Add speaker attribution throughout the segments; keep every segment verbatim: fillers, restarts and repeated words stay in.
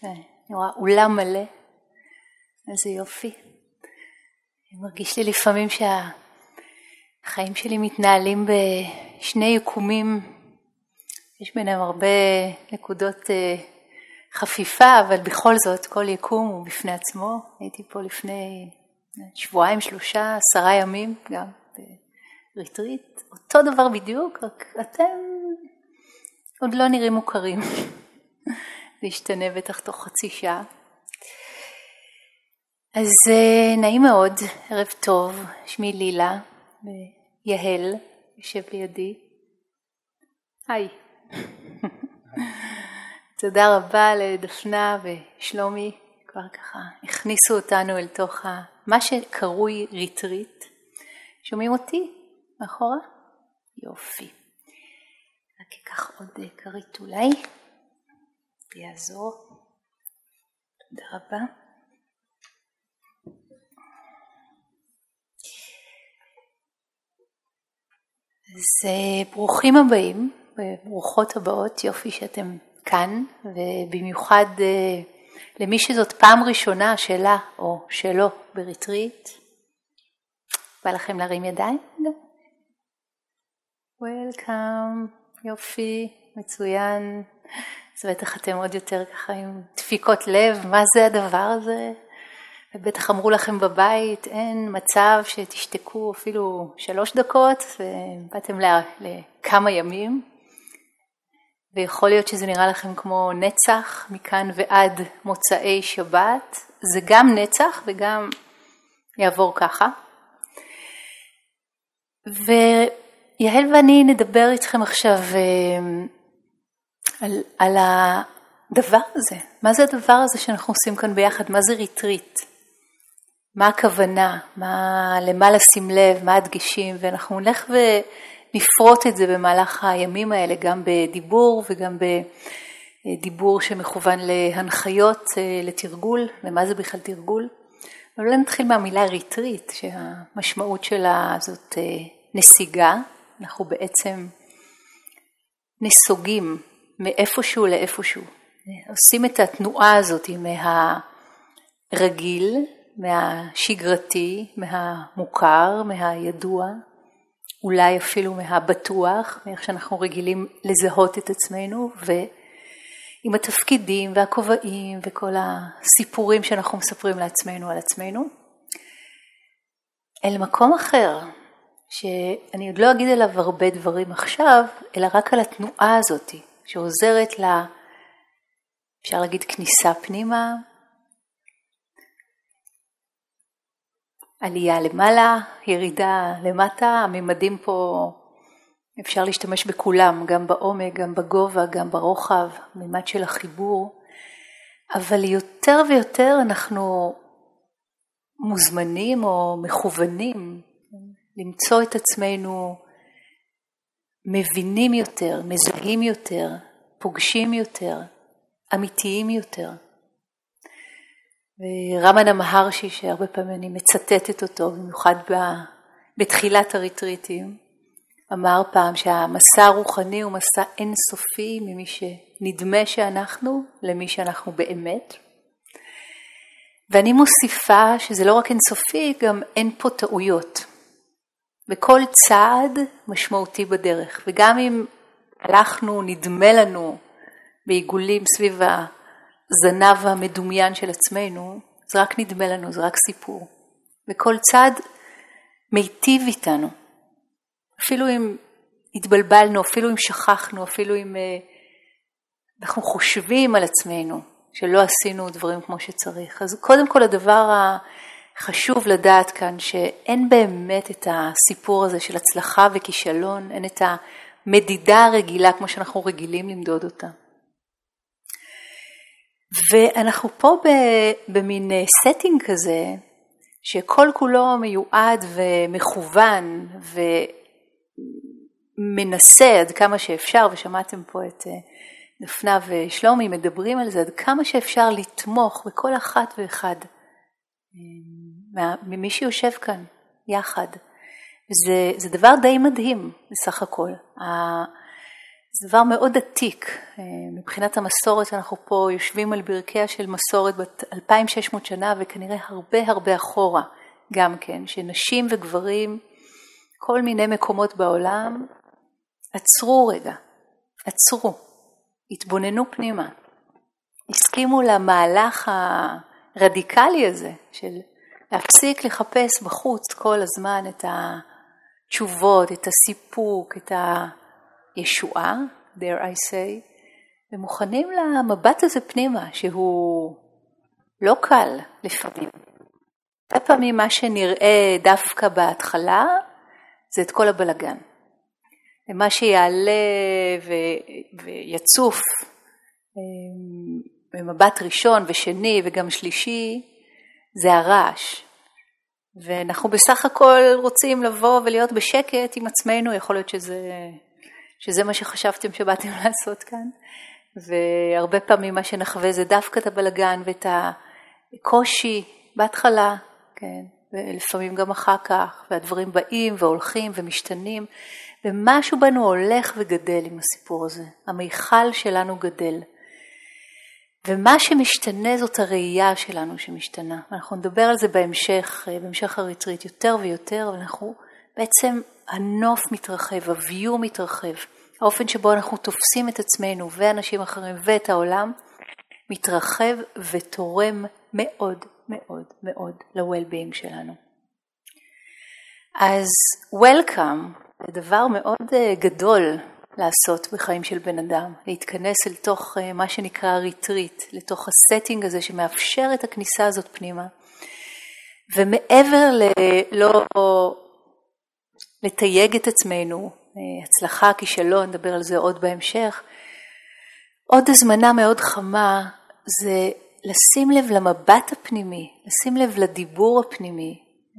Speaker 1: אני רואה אולם מלא, איזה יופי. מרגיש לי לפעמים שהחיים שלי מתנהלים בשני יקומים, יש ביניהם הרבה נקודות חפיפה, אבל בכל זאת כל יקום הוא בפני עצמו. הייתי פה לפני שבועיים, שלושה, עשרה ימים גם בריטריט, אותו דבר בדיוק, רק אתם עוד לא נראים מוכרים. זה ישתנה בטח תוך חצי שעה. אז נעים מאוד, ערב טוב, שמי לילה, ויהל יושב לידי. היי. תודה רבה לדפנה ושלומי, כבר ככה הכניסו אותנו אל תוך מה שקרוי ריטריט. שומעים אותי מאחורה? יופי. רק אקח עוד כרית אולי, יעזור. תודה רבה. אז ברוכים הבאים, ברוכות הבאות, יופי שאתם כאן, ובמיוחד למי שזאת פעם ראשונה שלה או שלו בריטריט. בא לכם להרים ידיים? וולקאם, יופי, מצוין. אז בטח אתם עוד יותר ככה עם דפיקות לב, מה זה הדבר הזה? ובטח אמרו לכם בבית, אין מצב שתשתקו אפילו שלוש דקות, ובאתם לכמה ימים. ויכול להיות שזה נראה לכם כמו נצח, מכאן ועד מוצאי שבת. זה גם נצח וגם יעבור ככה. ויהל ואני נדבר איתכם עכשיו על, על הדבר הזה. מה זה הדבר הזה שאנחנו עושים כאן ביחד? מה זה ריטריט? מה הכוונה? מה, למה לשים לב? מה הדגשים? ואנחנו נלך ונפרוט את זה במהלך הימים האלה, גם בדיבור וגם בדיבור שמכוון להנחיות, לתרגול, ומה זה בכלל תרגול. אבל אולי נתחיל מהמילה ריטריט, שהמשמעות שלה זאת נסיגה. אנחנו בעצם נסוגים מאיפשהו לאיפשהו. עושים את התנועה הזאת מהרגיל, מהשגרתי, מהמוכר, מהידוע, אולי אפילו מהבטוח, מאיך שאנחנו רגילים לזהות את עצמנו, ועם התפקידים והכובעים וכל הסיפורים שאנחנו מספרים לעצמנו על עצמנו, אל מקום אחר, שאני עוד לא אגיד עליו הרבה דברים עכשיו, אלא רק על התנועה הזאת, שעוזרת לה, אפשר להגיד כניסה פנימה, עלייה למעלה, ירידה למטה, הממדים פה אפשר להשתמש בכולם, גם בעומק, גם בגובה, גם ברוחב, ממד של החיבור, אבל יותר ויותר אנחנו מוזמנים או מכוונים למצוא את עצמנו מבינים יותר, מזהים יותר, פוגשים יותר, אמיתיים יותר. ורמנה מהרשי, שהרבה פעמים אני מצטטת אותו, במיוחד בתחילת הריטריטים, אמר פעם שהמסע הרוחני הוא מסע אינסופי ממי שנדמה שאנחנו למי שאנחנו באמת. ואני מוסיפה שזה לא רק אינסופי, גם אין פה טעויות. וכל צעד משמעותי בדרך. וגם אם הלכנו, נדמה לנו בעיגולים סביב הזנב המדומיין של עצמנו, זה רק נדמה לנו, זה רק סיפור. וכל צעד מיטיב איתנו. אפילו אם התבלבלנו, אפילו אם שכחנו, אפילו אם אנחנו חושבים על עצמנו שלא עשינו דברים כמו שצריך. אז קודם כל הדבר החשוב לדעת כאן שאין באמת את הסיפור הזה של הצלחה וכישלון, אין את המדידה הרגילה כמו שאנחנו רגילים למדוד אותה. ואנחנו פה במין סטינג כזה, שכל כולו מיועד ומכוון ומנסה עד כמה שאפשר, ושמעתם פה את דפנה ושלומי מדברים על זה, עד כמה שאפשר לתמוך בכל אחת ואחד ממי שיושב כאן יחד. זה, זה דבר די מדהים בסך הכל. זה דבר מאוד עתיק. מבחינת המסורת אנחנו פה יושבים על ברכיה של מסורת בת אלפיים ושש מאות שנה, וכנראה הרבה הרבה אחורה גם כן, שנשים וגברים, כל מיני מקומות בעולם, עצרו רגע, עצרו, התבוננו פנימה, הסכימו למהלך הרדיקלי הזה של להפסיק לחפש בחוץ כל הזמן את התשובות, את הסיפוק, את הישועה, dare I say, ומוכנים למבט הזה פנימה, שהוא לא קל לפעמים. הרבה פעמים מה שנראה דווקא בהתחלה, זה את כל הבלגן. ומה שיעלה ו- ויצוף במבט ראשון ושני וגם שלישי, זה הרעש. ואנחנו בסך הכל רוצים לבוא ולהיות בשקט עם עצמנו, יכול להיות שזה, שזה מה שחשבתם שבאתם לעשות כאן. והרבה פעמים מה שנחווה זה דווקא את הבלגן ואת הקושי בהתחלה, כן, ולפעמים גם אחר כך, והדברים באים והולכים ומשתנים, ומשהו בנו הולך וגדל עם הסיפור הזה. המיכל שלנו גדל. ומה שמשתנה זאת הראייה שלנו שמשתנה. אנחנו נדבר על זה בהמשך, בהמשך הריטריט יותר ויותר, ואנחנו בעצם הנוף מתרחב, הוויו מתרחב. האופן שבו אנחנו תופסים את עצמנו ואנשים אחרים ואת העולם, מתרחב ותורם מאוד מאוד מאוד ל-well-being שלנו. אז welcome זה דבר מאוד גדול לעשות בחיים של בן אדם, להתכנס אל תוך מה שנקרא ריטריט, לתוך הסטינג הזה שמאפשר את הכניסה הזאת פנימה. ומעבר ללא לתייג את עצמנו, הצלחה, כישלון, נדבר על זה עוד בהמשך, עוד הזמנה מאוד חמה זה לשים לב למבט הפנימי, לשים לב לדיבור הפנימי,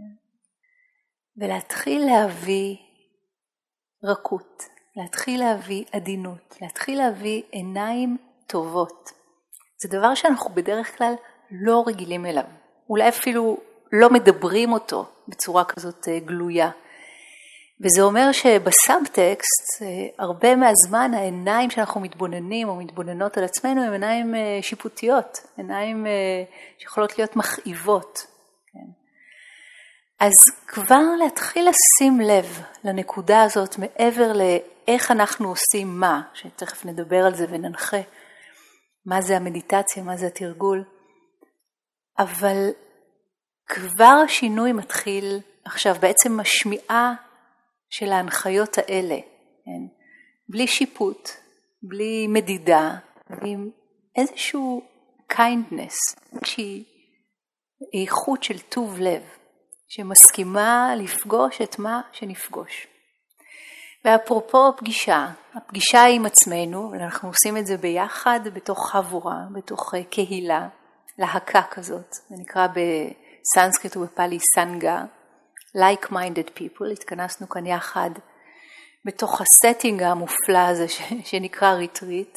Speaker 1: ולהתחיל להביא רכות, להתחיל להביא עדינות, להתחיל להביא עיניים טובות. זה דבר שאנחנו בדרך כלל לא רגילים אליו, אולי אפילו לא מדברים אותו בצורה כזאת גלויה. וזה אומר שבסאבטקסט, הרבה מהזמן העיניים שאנחנו מתבוננים או מתבוננות על עצמנו, הן עיניים שיפוטיות, עיניים שיכולות להיות מכאיבות. כן? אז כבר להתחיל לשים לב לנקודה הזאת מעבר לאיך אנחנו עושים מה, שתכף נדבר על זה וננחה, מה זה המדיטציה, מה זה התרגול, אבל כבר השינוי מתחיל עכשיו, בעצם משמיעה של ההנחיות האלה, כן? בלי שיפוט, בלי מדידה, עם איזשהו kindness, איזושהי איכות של טוב לב, שמסכימה לפגוש את מה שנפגוש. ואפרופו הפגישה, הפגישה היא עם עצמנו, ואנחנו עושים את זה ביחד, בתוך חבורה, בתוך קהילה, להקה כזאת, זה נקרא בסנסקריט ובפאלי סנגה, like-minded people, התכנסנו כאן יחד בתוך הסטינג המופלא הזה שנקרא ריטריט,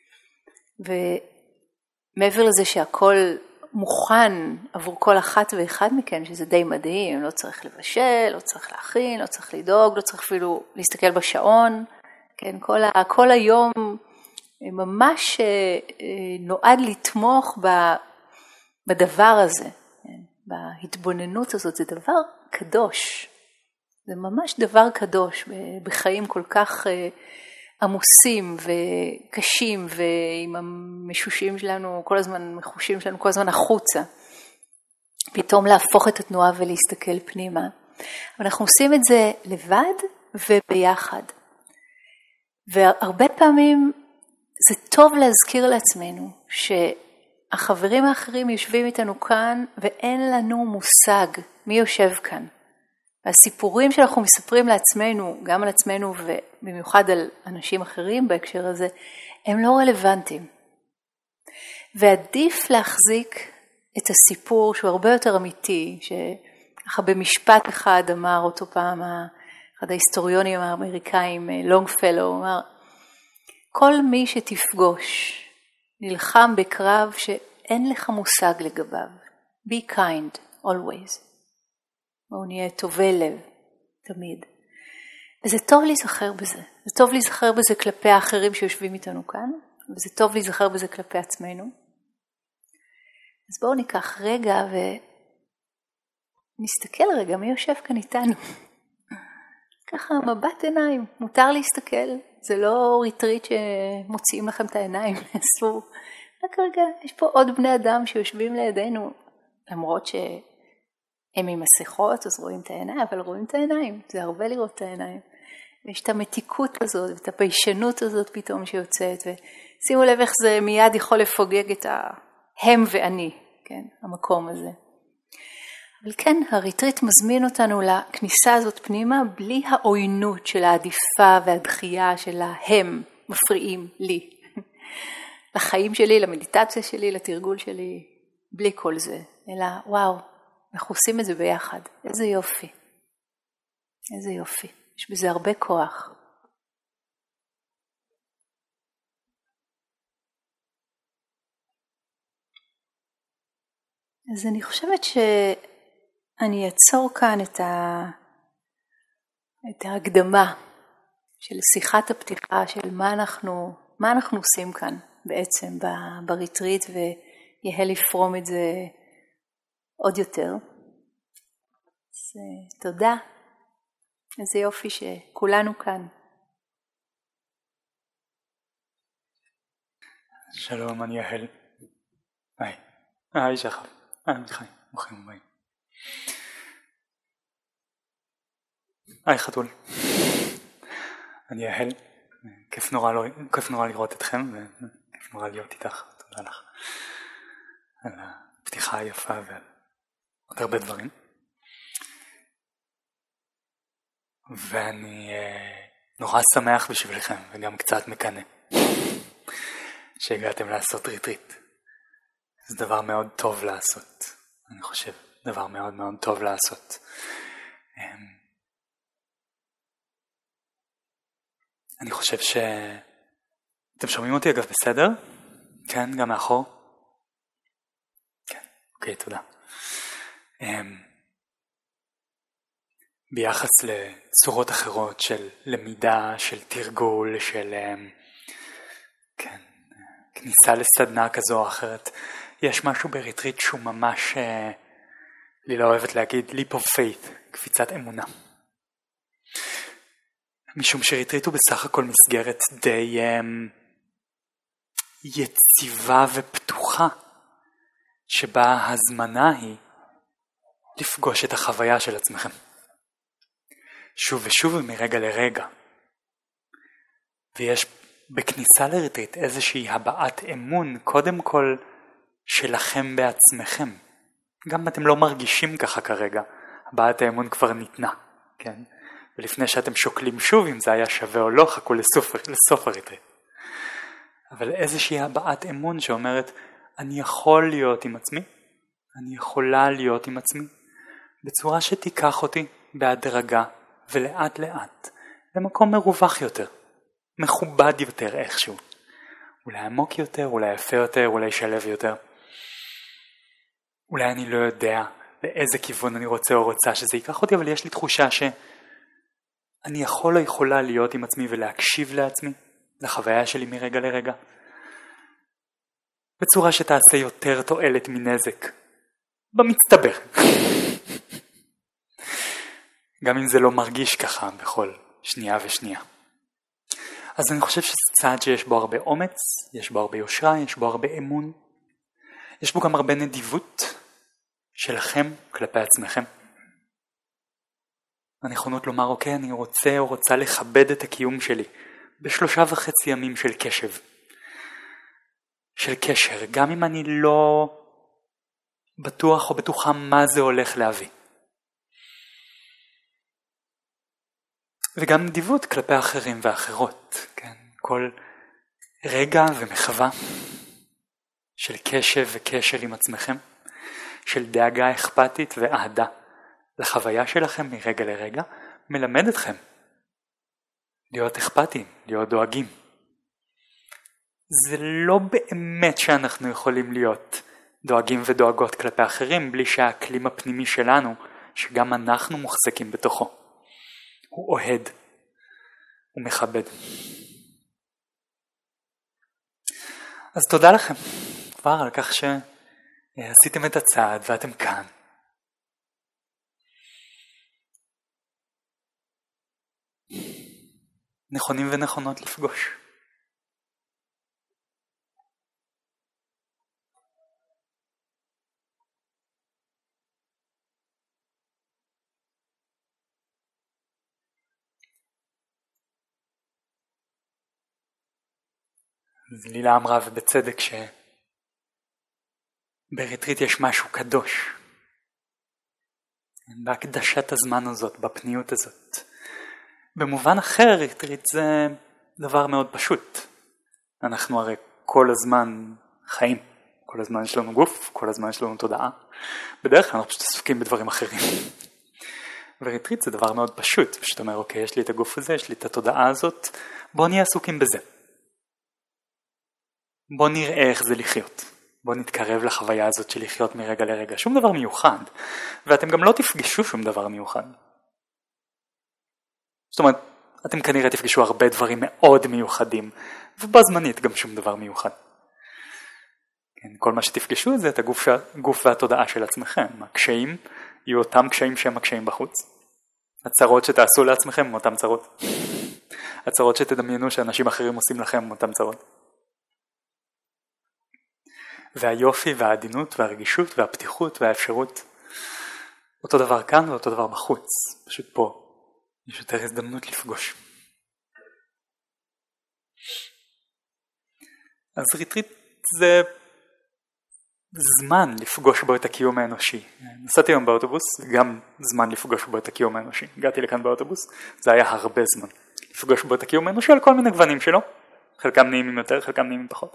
Speaker 1: ומעבר לזה שהכל מוכן עבור כל אחת ואחד מכם, שזה די מדהים, לא צריך לבשל, לא צריך להכין, לא צריך לדאוג, לא צריך אפילו להסתכל בשעון, כן, כל, ה, כל היום ממש נועד לתמוך בדבר הזה, כן, בהתבוננות הזאת, זה דבר קדוש, זה ממש דבר קדוש בחיים כל כך עמוסים וקשים, ועם המשושים שלנו, כל הזמן מחושים שלנו, כל הזמן החוצה, פתאום להפוך את התנועה ולהסתכל פנימה. אנחנו עושים את זה לבד וביחד. והרבה פעמים זה טוב להזכיר לעצמנו שהחברים האחרים יושבים איתנו כאן ואין לנו מושג מי יושב כאן. והסיפורים שאנחנו מספרים לעצמנו, גם על עצמנו ובמיוחד על אנשים אחרים בהקשר הזה, הם לא רלוונטיים. ועדיף להחזיק את הסיפור שהוא הרבה יותר אמיתי, שככה במשפט אחד אמר אותו פעם, אחד ההיסטוריונים האמריקאים, לונגפלו, אמר, כל מי שתפגוש נלחם בקרב שאין לך מושג לגביו. Be kind, always. בואו נהיה טובי לב, תמיד. וזה טוב להיזכר בזה. זה טוב להיזכר בזה כלפי האחרים שיושבים איתנו כאן, וזה טוב להיזכר בזה כלפי עצמנו. אז בואו ניקח רגע ונסתכל רגע מי יושב כאן איתנו. ככה מבט עיניים, מותר להסתכל. זה לא ריטריט שמוציאים לכם את העיניים, אסור. רק רגע, יש פה עוד בני אדם שיושבים לידינו, למרות שהם עם מסכות, אז רואים את העיניים, אבל רואים את העיניים, זה הרבה לראות את העיניים. ויש את המתיקות הזאת, ואת הפיישנות הזאת פתאום שיוצאת, ושימו לב איך זה מיד יכול לפוגג את ההם ואני, כן, המקום הזה. אבל כן, הריטריט מזמין אותנו לכניסה הזאת פנימה, בלי העוינות של העדיפה והדחייה של ההם מפריעים לי. לחיים שלי, למדיטציה שלי, לתרגול שלי, בלי כל זה. אלא, וואו, אנחנו עושים את זה ביחד. איזה יופי. איזה יופי. יש בזה הרבה כוח. אז אני חושבת שאני אעצור כאן את, ה... את ההקדמה של שיחת הפתיחה של מה אנחנו, מה אנחנו עושים כאן בעצם בריטריט, ויהיה לפרום את זה עוד יותר. אז תודה. איזה יופי שכולנו כאן.
Speaker 2: שלום, אני יהל. היי. היי שחר. היי מיכאי. ברוכים הבאים. היי חתול. אני יהל. כיף נורא, לא, כיף נורא לראות אתכם, וכיף נורא להיות איתך. תודה לך על הפתיחה היפה ועל עוד הרבה דברים. ואני נורא שמח בשבילכם, וגם קצת מקנא שהגעתם לעשות ריטריט. זה דבר מאוד טוב לעשות, אני חושב, דבר מאוד מאוד טוב לעשות. אני חושב ש... אתם שומעים אותי אגב בסדר? כן, גם מאחור? כן, אוקיי, תודה. ביחס לצורות אחרות של למידה, של תרגול, של כן, כניסה לסדנה כזו או אחרת, יש משהו בריטריט שהוא ממש, לי לא אוהבת להגיד, leap of faith, קפיצת אמונה. משום שריטריט הוא בסך הכל מסגרת די יציבה ופתוחה, שבה הזמנה היא לפגוש את החוויה של עצמכם. שוב ושוב ומרגע לרגע. ויש בכניסה לריטריט איזושהי הבעת אמון, קודם כל שלכם בעצמכם. גם אם אתם לא מרגישים ככה כרגע, הבעת האמון כבר ניתנה, כן? ולפני שאתם שוקלים שוב אם זה היה שווה או לא, חכו לסוף, לסוף הריטריט. אבל איזושהי הבעת אמון שאומרת, אני יכול להיות עם עצמי, אני יכולה להיות עם עצמי, בצורה שתיקח אותי בהדרגה ולאט לאט, למקום מרווח יותר, מכובד יותר איכשהו. אולי עמוק יותר, אולי יפה יותר, אולי שלב יותר. אולי אני לא יודע לאיזה כיוון אני רוצה או רוצה שזה ייקח אותי, אבל יש לי תחושה שאני יכול או יכולה להיות עם עצמי ולהקשיב לעצמי, לחוויה שלי מרגע לרגע, בצורה שתעשה יותר תועלת מנזק, במצטבר. גם אם זה לא מרגיש ככה בכל שנייה ושנייה. אז אני חושב שזה צעד שיש בו הרבה אומץ, יש בו הרבה יושרה, יש בו הרבה אמון, יש בו גם הרבה נדיבות שלכם כלפי עצמכם. הנכונות לומר, אוקיי, אני רוצה או רוצה לכבד את הקיום שלי בשלושה וחצי ימים של קשב, של קשר, גם אם אני לא בטוח או בטוחה מה זה הולך להביא. וגם נדיבות כלפי האחרים והאחרות, כן? כל רגע ומחווה של קשב וקשר עם עצמכם, של דאגה אכפתית ואהדה לחוויה שלכם מרגע לרגע, מלמד אתכם להיות אכפתיים, להיות דואגים. זה לא באמת שאנחנו יכולים להיות דואגים ודואגות כלפי אחרים, בלי שהאקלים הפנימי שלנו, שגם אנחנו מוחזקים בתוכו, הוא אוהד ומכבד. אז תודה לכם כבר על כך שעשיתם את הצעד ואתם כאן. נכונים ונכונות לפגוש. אז לילה אמרה ובצדק שבריטריט יש משהו קדוש. בהקדשת הזמן הזאת, בפניות הזאת. במובן אחר ריטריט זה דבר מאוד פשוט. אנחנו הרי כל הזמן חיים. כל הזמן יש לנו גוף, כל הזמן יש לנו תודעה. בדרך כלל אנחנו פשוט עסוקים בדברים אחרים. וריטריט זה דבר מאוד פשוט. פשוט אומר, אוקיי, יש לי את הגוף הזה, יש לי את התודעה הזאת, בוא נהיה עסוקים בזה. בוא נראה איך זה לחיות. בוא נתקרב לחוויה הזאת של לחיות מרגע לרגע. שום דבר מיוחד. ואתם גם לא תפגשו שום דבר מיוחד. זאת אומרת, אתם כנראה תפגשו הרבה דברים מאוד מיוחדים, ובזמנית גם שום דבר מיוחד. כן, כל מה שתפגשו זה את הגוף, הגוף והתודעה של עצמכם. הקשיים יהיו אותם קשיים שהם הקשיים בחוץ. הצרות שתעשו לעצמכם הם אותם צרות. הצרות שתדמיינו שאנשים אחרים עושים לכם הם אותם צרות. והיופי והעדינות והרגישות והפתיחות והאפשרות אותו דבר כאן ואותו דבר בחוץ. פשוט פה יש יותר הזדמנות לפגוש. אז ריטריט זה זמן לפגוש בו את הקיום האנושי. נסעתי היום באוטובוס, גם זמן לפגוש בו את הקיום האנושי. הגעתי לכאן באוטובוס, זה היה הרבה זמן לפגוש בו את הקיום האנושי על כל מיני גוונים שלו. חלקם נעימים יותר, חלקם נעימים פחות.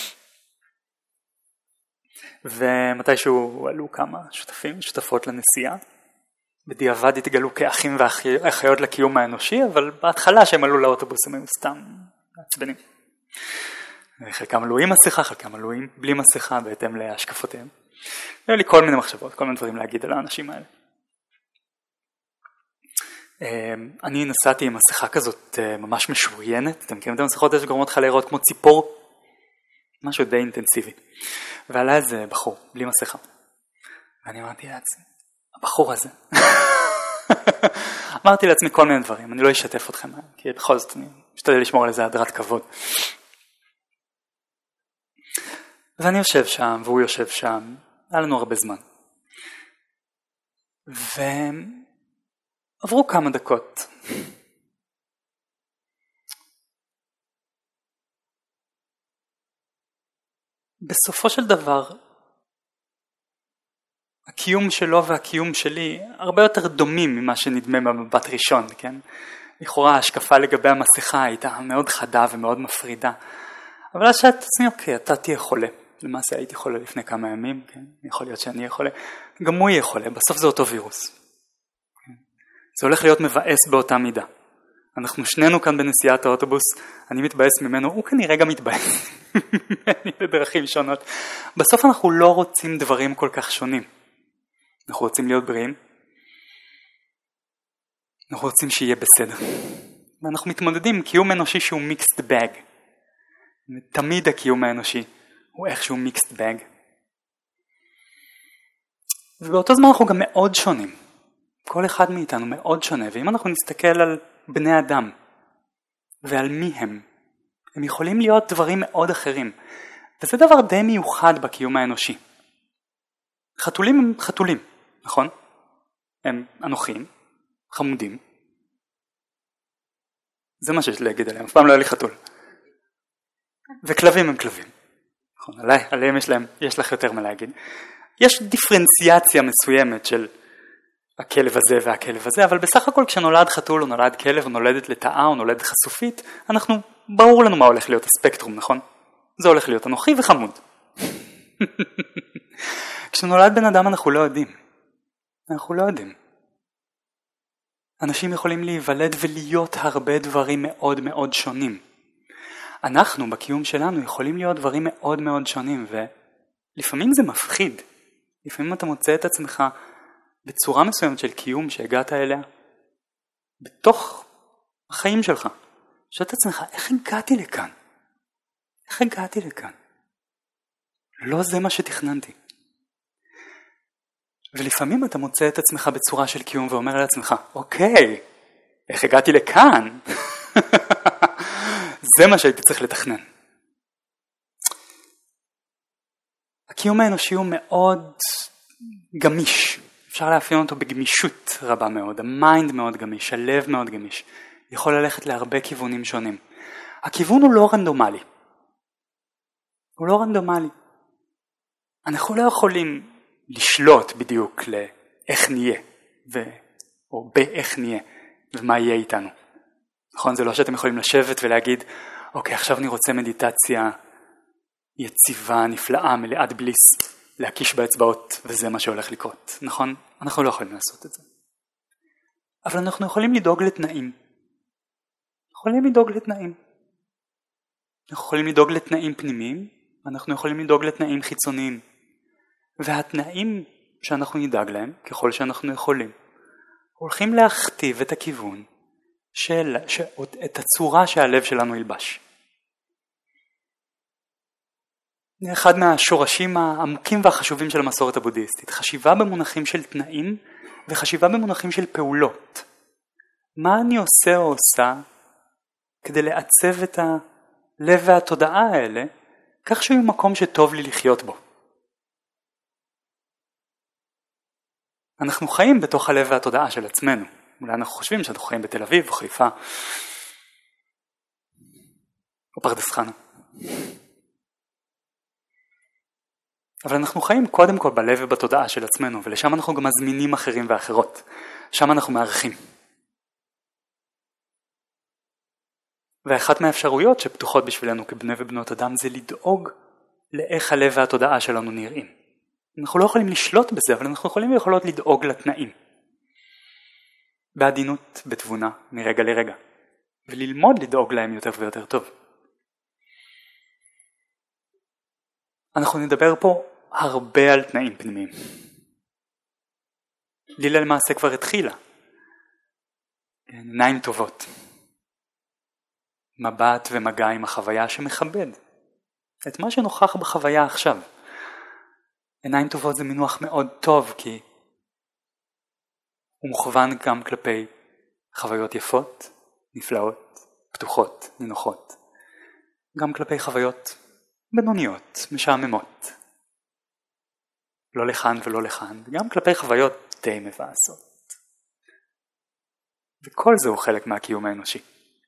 Speaker 2: ומתישהו עלו כמה שותפים, שותפות לנסיעה. בדיעבד התגלו כאחים ואחיות לקיום האנושי, אבל בהתחלה שהם עלו לאוטובוס הם היו סתם עצבנים. חלקם עלו עם מסכה, חלקם עלו בלי מסכה בהתאם להשקפותיהם. היו לי כל מיני מחשבות, כל מיני דברים להגיד על האנשים האלה. אני נסעתי עם מסכה כזאת ממש משוריינת, אתם מכירים את המסכות האלה שגורמות לך להיראות כמו ציפור? משהו די אינטנסיבי. ועלה איזה בחור, בלי מסכה. ואני אמרתי לעצמי, הבחור הזה. אמרתי לעצמי כל מיני דברים, אני לא אשתף אתכם, כי בכל זאת אני משתדל לשמור על איזה הדרת כבוד. ואני יושב שם, והוא יושב שם, היה לנו הרבה זמן. ועברו כמה דקות. בסופו של דבר, הקיום שלו והקיום שלי הרבה יותר דומים ממה שנדמה במבט ראשון, כן? לכאורה ההשקפה לגבי המסכה הייתה מאוד חדה ומאוד מפרידה. אבל אז שאלתי את עצמי, אוקיי, אתה תהיה חולה. למעשה הייתי חולה לפני כמה ימים, כן? יכול להיות שאני אהיה חולה. גם הוא יהיה חולה, בסוף זה אותו וירוס. כן? זה הולך להיות מבאס באותה מידה. אנחנו שנינו כאן בנסיעת האוטובוס, אני מתבאס ממנו, הוא כנראה גם מתבאס. בדרכים שונות. בסוף אנחנו לא רוצים דברים כל כך שונים. אנחנו רוצים להיות בריאים. אנחנו רוצים שיהיה בסדר. ואנחנו מתמודדים עם קיום אנושי שהוא mixed bag. תמיד הקיום האנושי הוא איכשהו mixed bag. ובאותו זמן אנחנו גם מאוד שונים. כל אחד מאיתנו מאוד שונה. ואם אנחנו נסתכל על בני אדם ועל מי הם, הם יכולים להיות דברים מאוד אחרים. וזה דבר די מיוחד בקיום האנושי. חתולים הם חתולים, נכון? הם אנוכיים, חמודים. זה מה שיש להגיד עליהם, אף פעם לא היה לי חתול. וכלבים הם כלבים. נכון, עליי, עליהם יש להם, יש לך יותר מה להגיד. יש דיפרנציאציה מסוימת של הכלב הזה והכלב הזה, אבל בסך הכל כשנולד חתול או נולד כלב או נולדת לטאה או נולדת חשופית, אנחנו, ברור לנו מה הולך להיות הספקטרום, נכון? זה הולך להיות אנוכי וחמוד. כשנולד בן אדם אנחנו לא יודעים. אנחנו לא יודעים. אנשים יכולים להיוולד ולהיות הרבה דברים מאוד מאוד שונים. אנחנו בקיום שלנו יכולים להיות דברים מאוד מאוד שונים, ולפעמים זה מפחיד. לפעמים אתה מוצא את עצמך בצורה מסוימת של קיום שהגעת אליה בתוך החיים שלך. שואל את עצמך, איך הגעתי לכאן? איך הגעתי לכאן? לא זה מה שתכננתי. ולפעמים אתה מוצא את עצמך בצורה של קיום ואומר לעצמך, אוקיי, איך הגעתי לכאן? זה מה שהייתי צריך לתכנן. הקיום האנושי הוא מאוד גמיש. אפשר לאפיין אותו בגמישות רבה מאוד. המיינד מאוד גמיש, הלב מאוד גמיש. יכול ללכת להרבה כיוונים שונים. הכיוון הוא לא רנדומלי. הוא לא רנדומלי. אנחנו לא יכולים לשלוט בדיוק לאיך נהיה, ו... או באיך נהיה, ומה יהיה איתנו. נכון? זה לא שאתם יכולים לשבת ולהגיד, אוקיי, עכשיו אני רוצה מדיטציה יציבה, נפלאה, מלאת בליס, להקיש באצבעות, וזה מה שהולך לקרות. נכון? אנחנו לא יכולים לעשות את זה. אבל אנחנו יכולים לדאוג לתנאים. יכולים לדאוג לתנאים. אנחנו יכולים לדאוג לתנאים פנימיים, ואנחנו יכולים לדאוג לתנאים חיצוניים. והתנאים שאנחנו נדאג להם, ככל שאנחנו יכולים, הולכים להכתיב את הכיוון, של, ש, את הצורה שהלב שלנו ילבש. זה אחד מהשורשים העמוקים והחשובים של המסורת הבודהיסטית. חשיבה במונחים של תנאים וחשיבה במונחים של פעולות. מה אני עושה או עושה כדי לעצב את הלב והתודעה האלה, כך שיהיה מקום שטוב לי לחיות בו. אנחנו חיים בתוך הלב והתודעה של עצמנו. אולי אנחנו חושבים שאנחנו חיים בתל אביב, או חיפה, או פרדס חנה. אבל אנחנו חיים קודם כל בלב ובתודעה של עצמנו, ולשם אנחנו גם מזמינים אחרים ואחרות. שם אנחנו מארחים. ואחת מהאפשרויות שפתוחות בשבילנו כבני ובנות אדם זה לדאוג לאיך הלב והתודעה שלנו נראים. אנחנו לא יכולים לשלוט בזה, אבל אנחנו יכולים ויכולות לדאוג לתנאים. בעדינות, בתבונה, מרגע לרגע. וללמוד לדאוג להם יותר ויותר טוב. אנחנו נדבר פה הרבה על תנאים פנימיים. לילה למעשה כבר התחילה. עיניים טובות. מבט ומגע עם החוויה שמכבד. את מה שנוכח בחוויה עכשיו. עיניים טובות זה מינוח מאוד טוב, כי הוא מוכוון גם כלפי חוויות יפות, נפלאות, פתוחות, נינוחות. גם כלפי חוויות בינוניות, משעממות. לא לכאן ולא לכאן, וגם כלפי חוויות די מבאסות. וכל זה הוא חלק מהקיום האנושי.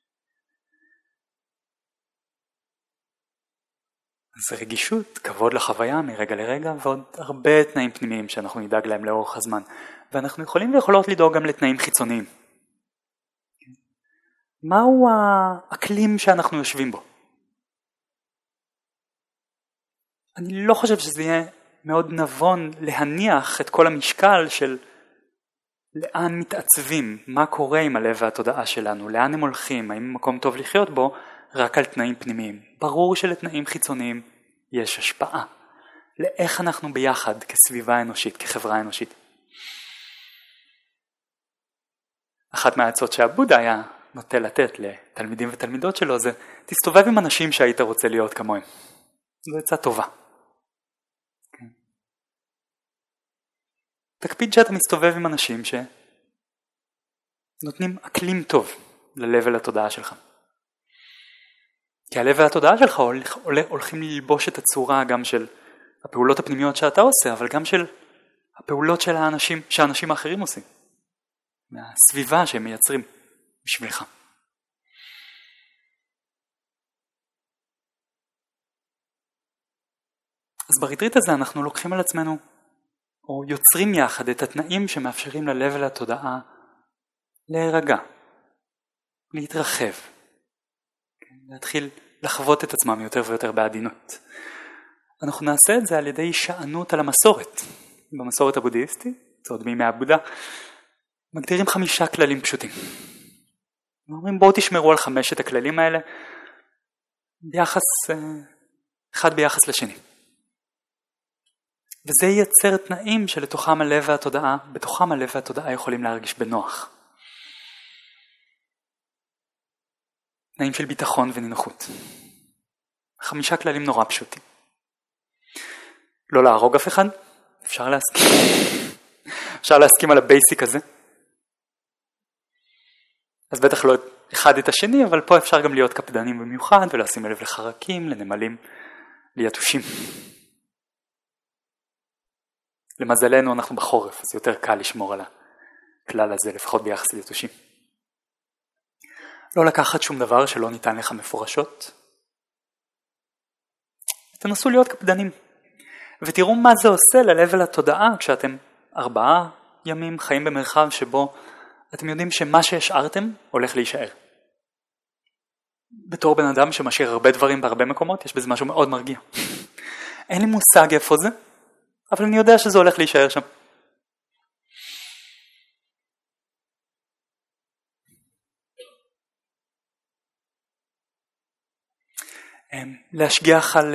Speaker 2: אז רגישות, כבוד לחוויה מרגע לרגע, ועוד הרבה תנאים פנימיים שאנחנו נדאג להם לאורך הזמן. ואנחנו יכולים ויכולות לדאוג גם לתנאים חיצוניים. מהו האקלים שאנחנו יושבים בו? אני לא חושב שזה יהיה מאוד נבון להניח את כל המשקל של לאן מתעצבים, מה קורה עם הלב והתודעה שלנו, לאן הם הולכים, האם מקום טוב לחיות בו, רק על תנאים פנימיים. ברור שלתנאים חיצוניים יש השפעה. לאיך אנחנו ביחד כסביבה אנושית, כחברה אנושית. אחת מהעצות שהבודה היה נוטה לתת לתלמידים ותלמידות שלו זה, תסתובב עם אנשים שהיית רוצה להיות כמוהם. זו עצה טובה. כן. תקפיד שאתה מסתובב עם אנשים שנותנים אקלים טוב ללב ולתודעה שלך. כי הלב והתודעה שלך הולכים ללבוש את הצורה גם של הפעולות הפנימיות שאתה עושה, אבל גם של הפעולות של האנשים, שהאנשים האחרים עושים. מהסביבה שהם מייצרים בשבילך. אז בריטריט הזה אנחנו לוקחים על עצמנו, או יוצרים יחד את התנאים שמאפשרים ללב ולתודעה להירגע, להתרחב, להתחיל לחוות את עצמם יותר ויותר בעדינות. אנחנו נעשה את זה על ידי שענות על המסורת. במסורת הבודהיסטית, זה עוד מימי הבודה, מגדירים חמישה כללים פשוטים. אומרים בואו תשמרו על חמשת הכללים האלה ביחס, אחד ביחס לשני. וזה ייצר תנאים שלתוכם הלב והתודעה, בתוכם הלב והתודעה יכולים להרגיש בנוח. תנאים של ביטחון ונינוחות. חמישה כללים נורא פשוטים. לא להרוג אף אחד, אפשר להסכים. אפשר להסכים על הבייסיק הזה. אז בטח לא אחד את השני, אבל פה אפשר גם להיות קפדנים במיוחד, ולשים לב לחרקים, לנמלים, ליתושים. למזלנו אנחנו בחורף, אז יותר קל לשמור על הכלל הזה, לפחות ביחס ליתושים. לא לקחת שום דבר שלא ניתן לך מפורשות. תנסו להיות קפדנים. ותראו מה זה עושה ללבל התודעה כשאתם ארבעה ימים חיים במרחב שבו אתם יודעים שמה שהשארתם הולך להישאר. בתור בן אדם שמשאיר הרבה דברים בהרבה מקומות, יש בזה משהו מאוד מרגיע. אין לי מושג איפה זה, אבל אני יודע שזה הולך להישאר שם. להשגיח על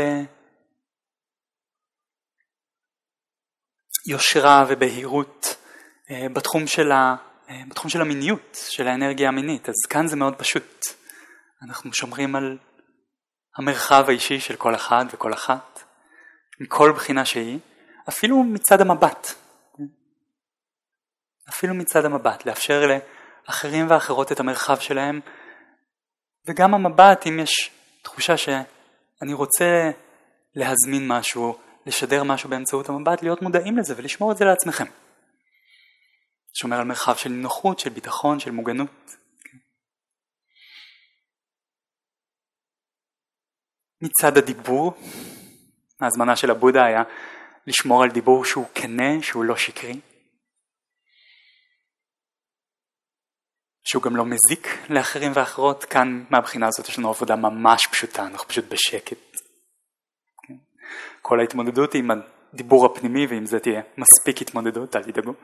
Speaker 2: יושרה ובהירות בתחום של, ה, בתחום של המיניות, של האנרגיה המינית. אז כאן זה מאוד פשוט. אנחנו שומרים על המרחב האישי של כל אחד וכל אחת, מכל בחינה שהיא, אפילו מצד המבט. אפילו מצד המבט, לאפשר לאחרים ואחרות את המרחב שלהם, וגם המבט, אם יש תחושה שאני רוצה להזמין משהו, לשדר משהו באמצעות המבט, להיות מודעים לזה ולשמור את זה לעצמכם. שומר על מרחב של נוחות, של ביטחון, של מוגנות. מצד הדיבור, ההזמנה של הבודה היה לשמור על דיבור שהוא כנה, שהוא לא שקרי, שהוא גם לא מזיק לאחרים ואחרות. כאן מהבחינה הזאת יש לנו עבודה ממש פשוטה, אנחנו פשוט בשקט. כל ההתמודדות היא עם הדיבור הפנימי, ואם זה תהיה מספיק התמודדות, אל תדאגו.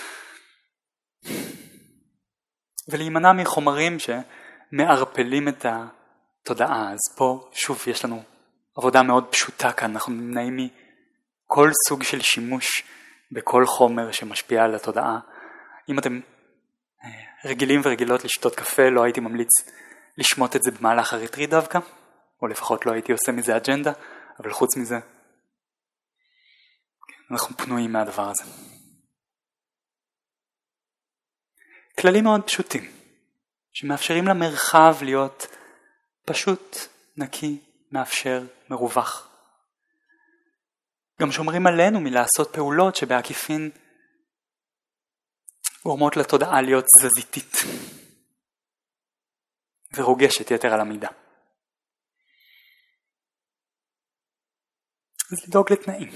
Speaker 2: ולהימנע מחומרים שמערפלים את התודעה. אז פה שוב יש לנו עבודה מאוד פשוטה כאן, אנחנו נמנעים מכל סוג של שימוש בכל חומר שמשפיע על התודעה. אם אתם רגילים ורגילות לשתות קפה, לא הייתי ממליץ לשמוט את זה במהלך הריטריט דווקא, או לפחות לא הייתי עושה מזה אג'נדה, אבל חוץ מזה אנחנו פנויים מהדבר הזה. כללים מאוד פשוטים, שמאפשרים למרחב להיות פשוט, נקי, מאפשר, מרווח. גם שומרים עלינו מלעשות פעולות שבעקיפין גורמות לתודעה להיות תזזיתית ורוגשת יתר על המידה. אז לדאוג לתנאים.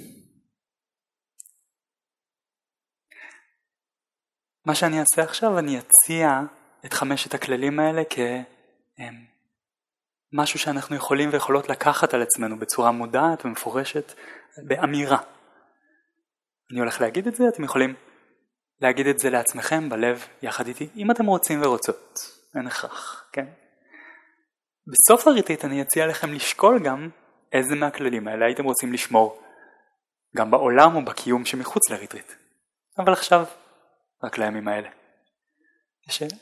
Speaker 2: מה שאני אעשה עכשיו, אני אציע את חמשת הכללים האלה כמשהו שאנחנו יכולים ויכולות לקחת על עצמנו בצורה מודעת ומפורשת, באמירה. אני הולך להגיד את זה, אתם יכולים להגיד את זה לעצמכם בלב יחד איתי, אם אתם רוצים ורוצות, אין הכרח, כן? בסוף הריטריט אני אציע לכם לשקול גם איזה מהכללים האלה הייתם רוצים לשמור, גם בעולם או בקיום שמחוץ לריטריט. אבל עכשיו, רק לימים האלה. יש שאלה?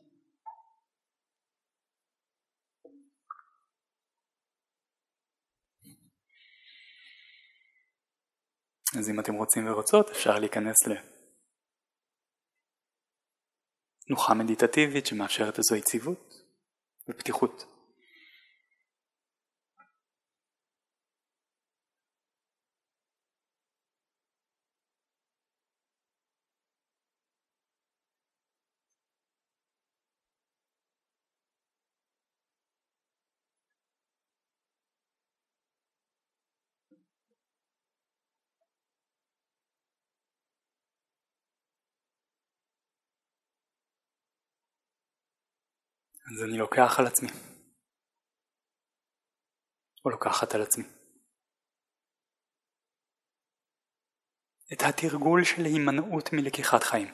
Speaker 2: אז אם אתם רוצים ורוצות, אפשר להיכנס לתנוחה מדיטטיבית שמאפשרת איזו יציבות ופתיחות. אז אני לוקח על עצמי, או לוקחת על עצמי, את התרגול של הימנעות מלקיחת חיים.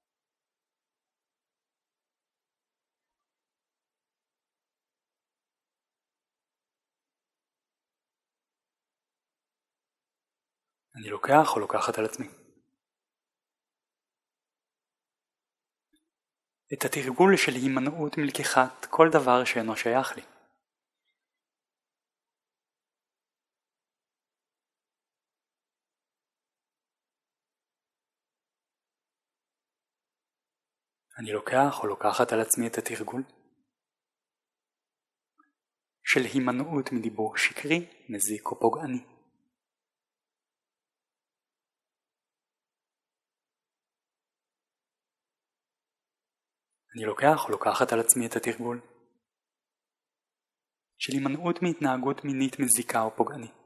Speaker 2: אני לוקח או לוקחת על עצמי את התרגול של הימנעות מלקיחת כל דבר שאינו שייך לי. אני לוקח או לוקחת על עצמי את התרגול של הימנעות מדיבור שקרי, מזיק או פוגעני. אני לוקח או לוקחת על עצמי את התרגול של הימנעות מהתנהגות מינית מזיקה או פוגענית.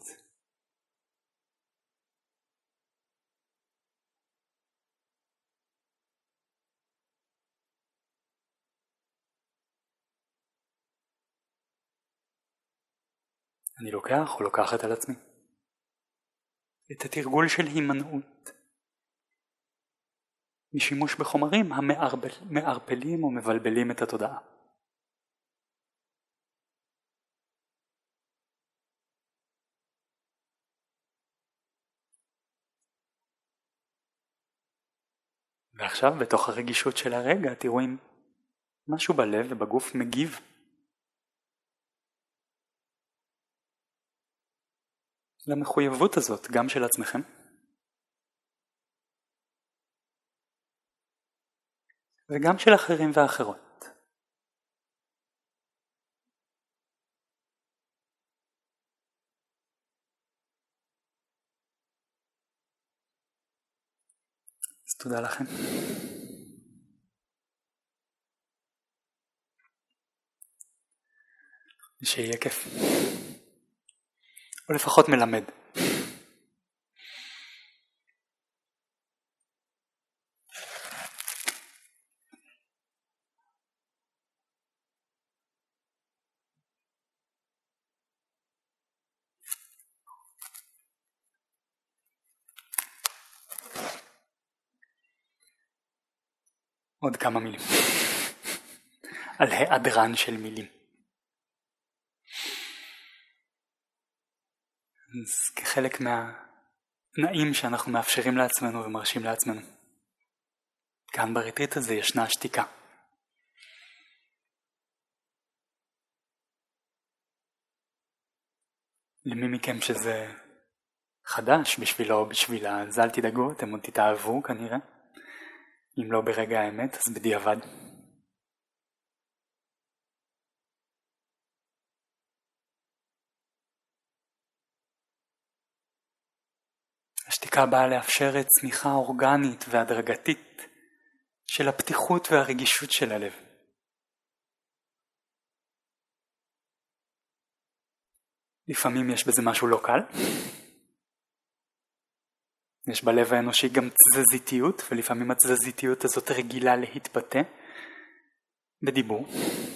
Speaker 2: אני לוקח או לוקחת על עצמי את התרגול של הימנעות משימוש בחומרים המערפלים או מבלבלים את התודעה. ועכשיו בתוך הרגישות של הרגע תראו אם משהו בלב ובגוף מגיב. למחויבות הזאת גם של עצמכם. וגם של אחרים ואחרות. אז תודה לכם. שיהיה כיף. או לפחות מלמד. עוד כמה מילים. על היעדרן של מילים. אז כחלק מהתנאים שאנחנו מאפשרים לעצמנו ומרשים לעצמנו. כאן בריטריט הזה ישנה שתיקה. למי מכם שזה חדש בשבילו או בשבילה, אז אל תדאגו, אתם עוד תתאהבו כנראה. אם לא ברגע האמת, אז בדיעבד. השתיקה באה לאפשר את צמיחה אורגנית והדרגתית של הפתיחות והרגישות של הלב. לפעמים יש בזה משהו לא קל. יש בלב האנושי גם תזזיתיות, ולפעמים התזזיתיות הזאת רגילה להתבטא בדיבור.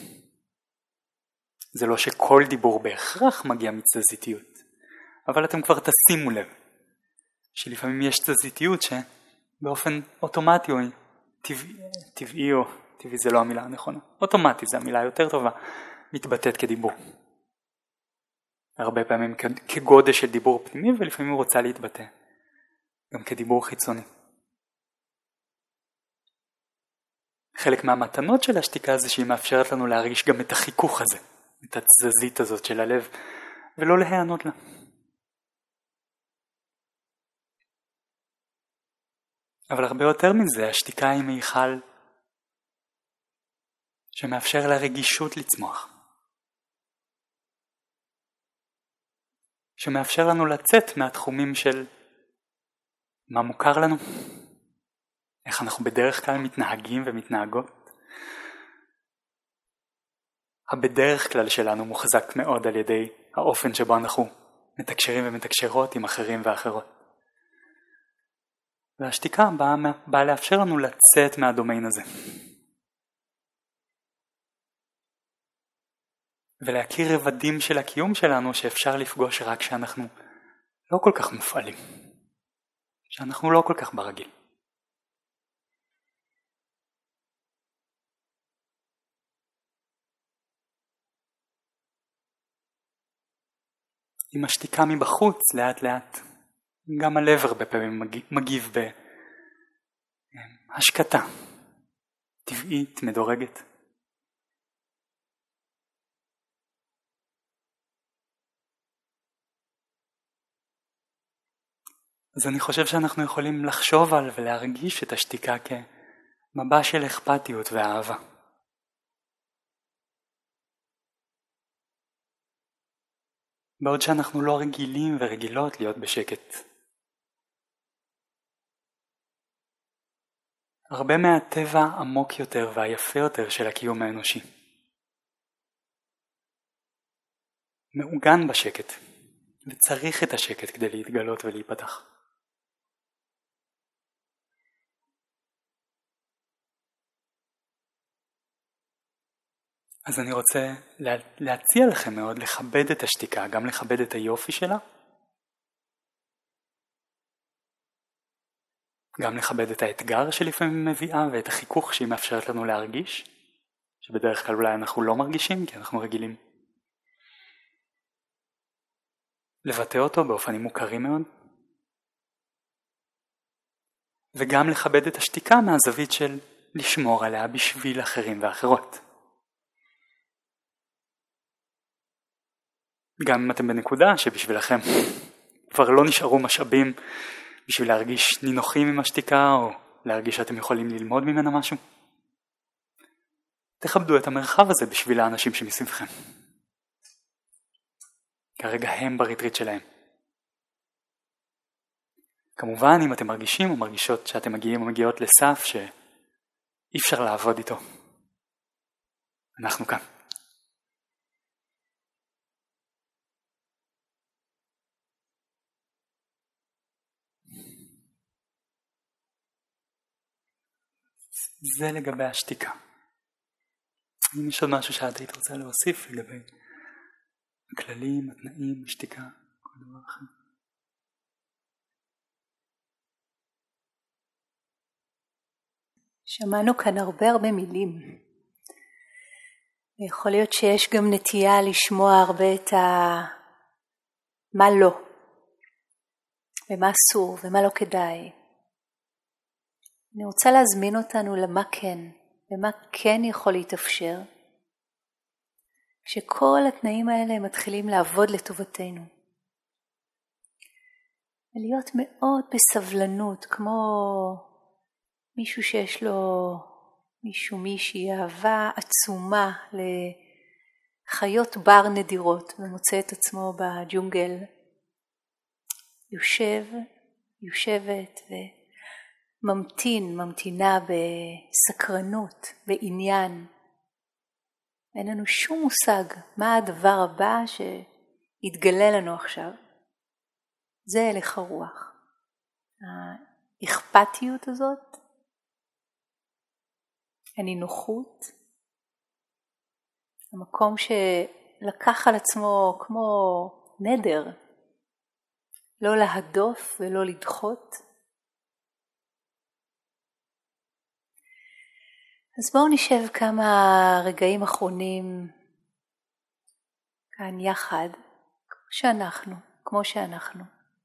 Speaker 2: זה לא שכל דיבור בהכרח מגיע מתזזיתיות, אבל אתם כבר תשימו לב שלפעמים יש תזזיתיות שבאופן אוטומטי או טבעי, טבעי או טבעי זה לא המילה הנכונה, אוטומטי זה המילה יותר טובה, מתבטאת כדיבור. הרבה פעמים כגודל של דיבור פנימי, ולפעמים הוא רוצה להתבטא גם כדיבור חיצוני. חלק מהמתנות של השתיקה זה שהיא מאפשרת לנו להרגיש גם את החיכוך הזה, את התזזית הזאת של הלב, ולא להיענות לה. אבל הרבה יותר מזה, השתיקה היא מיכל שמאפשר לרגישות לצמוח. שמאפשר לנו לצאת מהתחומים של מה מוכר לנו, איך אנחנו בדרך כלל מתנהגים ומתנהגות. הבדרך כלל שלנו מוחזק מאוד על ידי האופן שבו אנחנו מתקשרים ומתקשרות עם אחרים ואחרות. והשתיקה באה, באה לאפשר לנו לצאת מהדומיין הזה. ולהכיר רבדים של הקיום שלנו שאפשר לפגוש רק כשאנחנו לא כל כך מופעלים. שאנחנו לא כל כך ברגיל. עם השתיקה מבחוץ לאט לאט, גם הלב הרבה פעמים מגיב בהשקטה, טבעית, מדורגת. אז אני חושב שאנחנו יכולים לחשוב על ולהרגיש את השתיקה כמבע של אכפתיות ואהבה. בעוד שאנחנו לא רגילים ורגילות להיות בשקט. הרבה מהטבע עמוק יותר והיפה יותר של הקיום האנושי. מעוגן בשקט, וצריך את השקט כדי להתגלות ולהיפתח. אז אני רוצה להציע לכם מאוד לכבד את השתיקה, גם לכבד את היופי שלה, גם לכבד את האתגר שלפעמים מביאה ואת החיכוך שהיא מאפשרת לנו להרגיש, שבדרך כלל אולי אנחנו לא מרגישים כי אנחנו רגילים לבטא אותו באופנים מוכרים מאוד, וגם לכבד את השתיקה מהזווית של לשמור עליה בשביל אחרים ואחרות. גם אם אתם בנקודה שבשבילכם כבר לא נשארו משאבים בשביל להרגיש נינוחים עם השתיקה או להרגיש שאתם יכולים ללמוד ממנה משהו, תכבדו את המרחב הזה בשביל האנשים שמסביבכם. כרגע הם בריטריט שלהם. כמובן אם אתם מרגישים או מרגישות שאתם מגיעים או מגיעות לסף שאי אפשר לעבוד איתו, אנחנו כאן. זה לגבי השתיקה. אם יש עוד משהו שאת היית רוצה להוסיף לגבי הכללים, התנאים, השתיקה, כל דבר אחר.
Speaker 1: שמענו כאן הרבה הרבה מילים. יכול להיות שיש גם נטייה לשמוע הרבה את ה... מה לא, ומה אסור, ומה לא כדאי. אני רוצה להזמין אותנו למה כן, ומה כן יכול להתאפשר, כשכל התנאים האלה מתחילים לעבוד לטובתנו. ולהיות מאוד בסבלנות, כמו מישהו שיש לו, מישהו מישהי, אהבה עצומה לחיות בר נדירות, ומוצא את עצמו בג'ונגל, יושב, יושבת ו... ממתין, ממתינה בסקרנות, בעניין. אין לנו שום מושג מה הדבר הבא שיתגלה לנו עכשיו. זה הלך הרוח. האכפתיות הזאת, הנינוחות, המקום שלקח על עצמו כמו נדר, לא להדוף ולא לדחות. אז בואו נשב כמה רגעים אחרונים כאן יחד, כמו שאנחנו, כמו שאנחנו.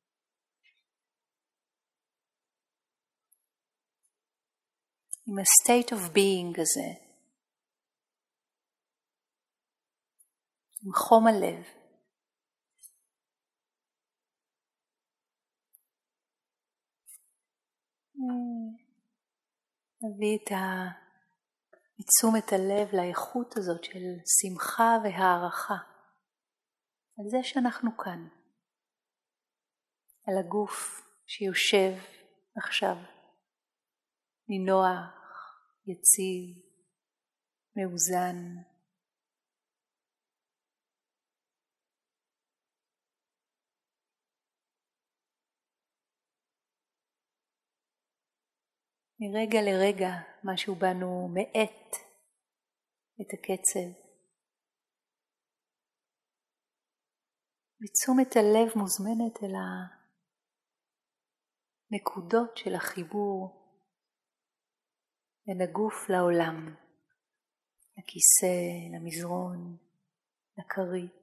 Speaker 1: עם ה-state of being הזה, עם חום הלב. נביא את ה... תשומת הלב לאיכות הזאת של שמחה והערכה על זה שאנחנו כאן, על הגוף שיושב עכשיו נינוח, יציב, מאוזן. מרגע לרגע משהו בנו מאט את הקצב. ותשומת הלב מוזמנת אל הנקודות של החיבור בין הגוף לעולם, לכיסא, למזרון, לכרית.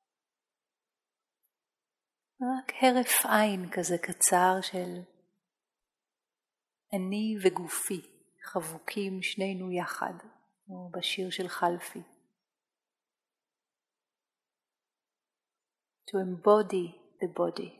Speaker 1: רק הרף עין כזה קצר של אני וגופי חבוקים שנינו יחד, כמו בשיר של חלפי. To embody the body.